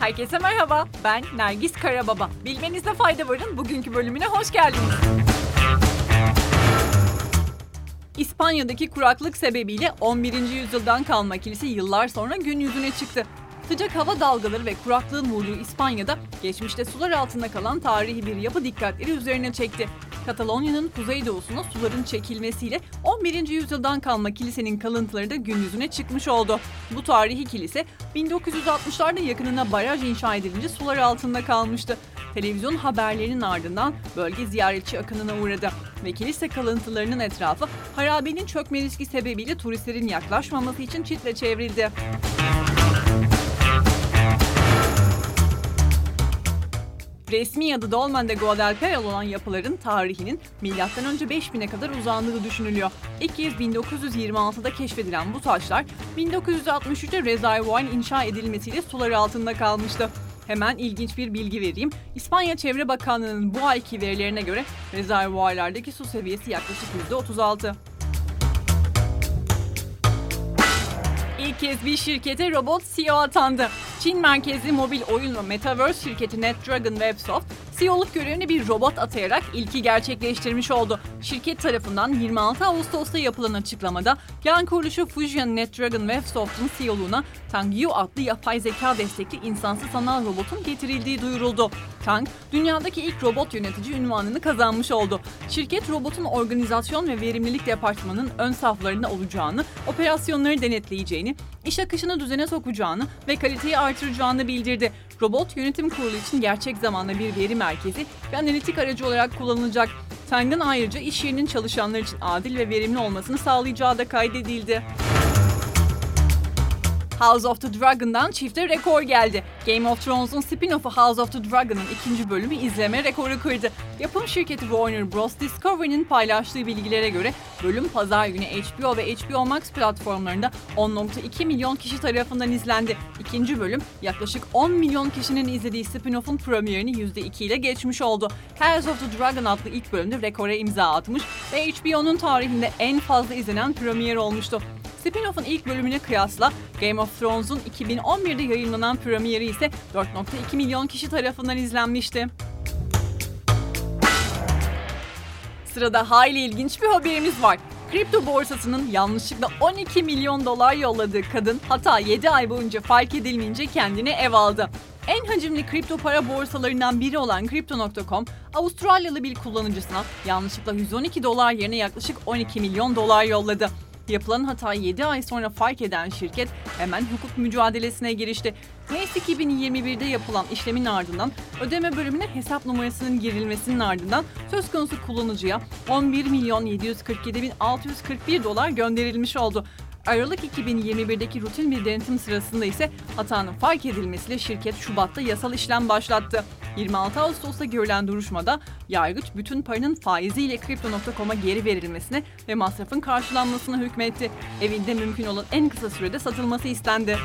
Herkese merhaba, ben Nergis Karababa. Bilmenizde fayda varın bugünkü bölümüne hoş geldiniz. İspanya'daki kuraklık sebebiyle 11. yüzyıldan kalma kilise yıllar sonra gün yüzüne çıktı. Sıcak hava dalgaları ve kuraklığın vurduğu İspanya'da geçmişte sular altında kalan tarihi bir yapı dikkatleri üzerine çekti. Katalonya'nın kuzeydoğusuna suların çekilmesiyle 11. yüzyıldan kalma kilisenin kalıntıları da gün yüzüne çıkmış oldu. Bu tarihi kilise 1960'larda yakınına baraj inşa edilince sular altında kalmıştı. Televizyon haberlerinin ardından bölge ziyaretçi akınına uğradı ve kilise kalıntılarının etrafı harabenin çökme riski sebebiyle turistlerin yaklaşmaması için çitle çevrildi. Resmi adı Dolmen de Guadalcanal olan yapıların tarihinin M.Ö. 5000'e kadar uzandığı düşünülüyor. İlk kez 1926'da keşfedilen bu taşlar 1963'te rezervuarın inşa edilmesiyle sular altında kalmıştı. Hemen ilginç bir bilgi vereyim. İspanya Çevre Bakanlığı'nın bu ayki verilerine göre rezervuarlardaki su seviyesi yaklaşık %36. İlk kez bir şirkete robot CEO atandı. Çin merkezli mobil oyun ve metaverse şirketi NetDragon Websoft, CEO'luk görevine bir robot atayarak ilki gerçekleştirmiş oldu. Şirket tarafından 26 Ağustos'ta yapılan açıklamada yan kuruluşu Fusion NetDragon Websoft'un CEO'luğuna Tang Yu adlı yapay zeka destekli insansız sanal robotun getirildiği duyuruldu. Tang, dünyadaki ilk robot yönetici unvanını kazanmış oldu. Şirket robotun organizasyon ve verimlilik departmanının ön saflarında olacağını, operasyonları denetleyeceğini, iş akışını düzene sokacağını ve kaliteyi artıracağını bildirdi. Robot yönetim kurulu için gerçek zamanlı bir veri merkezi ve analitik aracı olarak kullanılacak. Tang'ın ayrıca iş yerinin çalışanlar için adil ve verimli olmasını sağlayacağı da kaydedildi. House of the Dragon'dan çifte rekor geldi. Game of Thrones'un spin-off'u House of the Dragon'ın ikinci bölümü izleme rekoru kırdı. Yapım şirketi Warner Bros. Discovery'nin paylaştığı bilgilere göre bölüm pazar günü HBO ve HBO Max platformlarında 10.2 milyon kişi tarafından izlendi. İkinci bölüm yaklaşık 10 milyon kişinin izlediği spin-off'un premierini %2 ile geçmiş oldu. House of the Dragon adlı ilk bölümde rekora imza atmış ve HBO'nun tarihinde en fazla izlenen premier olmuştu. Spin-off'un ilk bölümüne kıyasla Game of Thrones'un 2011'de yayınlanan premieri ise 4.2 milyon kişi tarafından izlenmişti. Sırada hayli ilginç bir haberimiz var. Kripto borsasının yanlışlıkla 12 milyon dolar yolladığı kadın hatta 7 ay boyunca fark edilmeyince kendine ev aldı. En hacimli kripto para borsalarından biri olan Crypto.com, Avustralyalı bir kullanıcısına yanlışlıkla 112 dolar yerine yaklaşık 12 milyon dolar yolladı. Yapılan hatayı 7 ay sonra fark eden şirket hemen hukuk mücadelesine girişti. Mayıs 2021'de yapılan işlemin ardından ödeme bölümüne hesap numarasının girilmesinin ardından söz konusu kullanıcıya 11.747.641 dolar gönderilmiş oldu. Aralık 2021'deki rutin bir denetim sırasında ise hatanın fark edilmesiyle şirket Şubat'ta yasal işlem başlattı. 26 Ağustos'ta görülen duruşmada yargıç bütün paranın faiziyle Crypto.com'a geri verilmesine ve masrafın karşılanmasına hükmetti. Evinde mümkün olan en kısa sürede satılması istendi.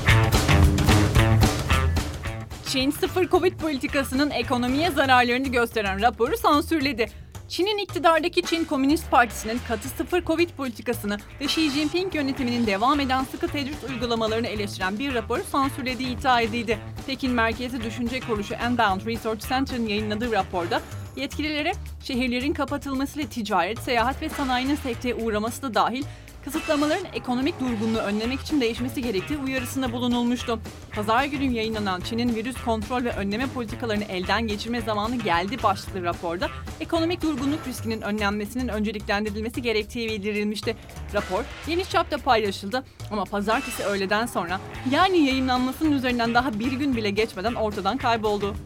Çin sıfır Covid politikasının ekonomiye zararlarını gösteren raporu sansürledi. Çin'in iktidardaki Çin Komünist Partisi'nin katı sıfır Covid politikasını ve Xi Jinping yönetiminin devam eden sıkı tecrit uygulamalarını eleştiren bir raporu sansürlediği iddia edildi. Pekin merkezi düşünce kuruluşu Endowed Research Center'ın yayınladığı raporda yetkililere şehirlerin kapatılmasıyla ticaret, seyahat ve sanayinin sekteye uğraması da dahil kısıtlamaların ekonomik durgunluğu önlemek için değişmesi gerektiği uyarısında bulunulmuştu. Pazar günü yayınlanan Çin'in virüs kontrol ve önleme politikalarını elden geçirme zamanı geldi başlıklı raporda ekonomik durgunluk riskinin önlenmesinin önceliklendirilmesi gerektiği bildirilmişti. Rapor geniş çapta paylaşıldı ama pazartesi öğleden sonra yani yayınlanmasının üzerinden daha bir gün bile geçmeden ortadan kayboldu.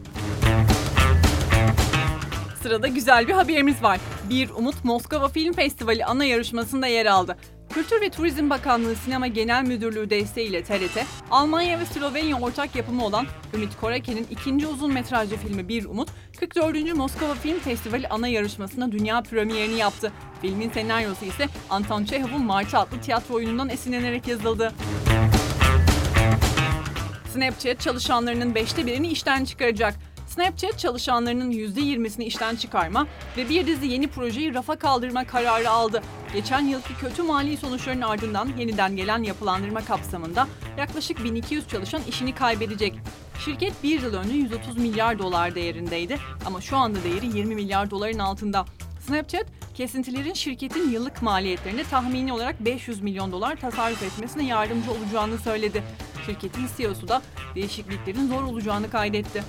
Sırada güzel bir haberimiz var. Bir Umut Moskova Film Festivali ana yarışmasında yer aldı. Kültür ve Turizm Bakanlığı Sinema Genel Müdürlüğü desteğiyle TRT, Almanya ve Slovenya ortak yapımı olan Ümit Korake'nin ikinci uzun metrajlı filmi Bir Umut, 44. Moskova Film Festivali ana yarışmasında dünya premierini yaptı. Filmin senaryosu ise Anton Çehov'un Martı adlı tiyatro oyunundan esinlenerek yazıldı. Snapchat çalışanlarının 1/5'ini işten çıkaracak. Snapchat çalışanlarının %20'sini işten çıkarma ve bir dizi yeni projeyi rafa kaldırma kararı aldı. Geçen yılki kötü mali sonuçların ardından yeniden gelen yapılandırma kapsamında yaklaşık 1200 çalışan işini kaybedecek. Şirket bir yıl önce 130 milyar dolar değerindeydi ama şu anda değeri 20 milyar doların altında. Snapchat, kesintilerin şirketin yıllık maliyetlerine tahmini olarak 500 milyon dolar tasarruf etmesine yardımcı olacağını söyledi. Şirketin CEO'su da değişikliklerin zor olacağını kaydetti.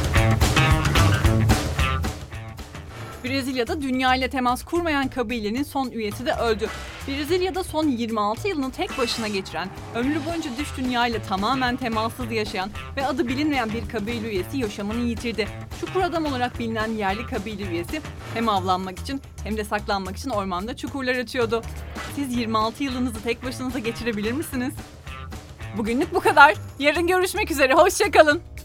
Brezilya'da dünya ile temas kurmayan kabilenin son üyesi de öldü. Brezilya'da son 26 yılını tek başına geçiren, ömrü boyunca dış dünya ile tamamen temassız yaşayan ve adı bilinmeyen bir kabile üyesi yaşamını yitirdi. Çukur adam olarak bilinen yerli kabile üyesi hem avlanmak için hem de saklanmak için ormanda çukurlar açıyordu. Siz 26 yılınızı tek başınıza geçirebilir misiniz? Bugünlük bu kadar. Yarın görüşmek üzere. Hoşça kalın.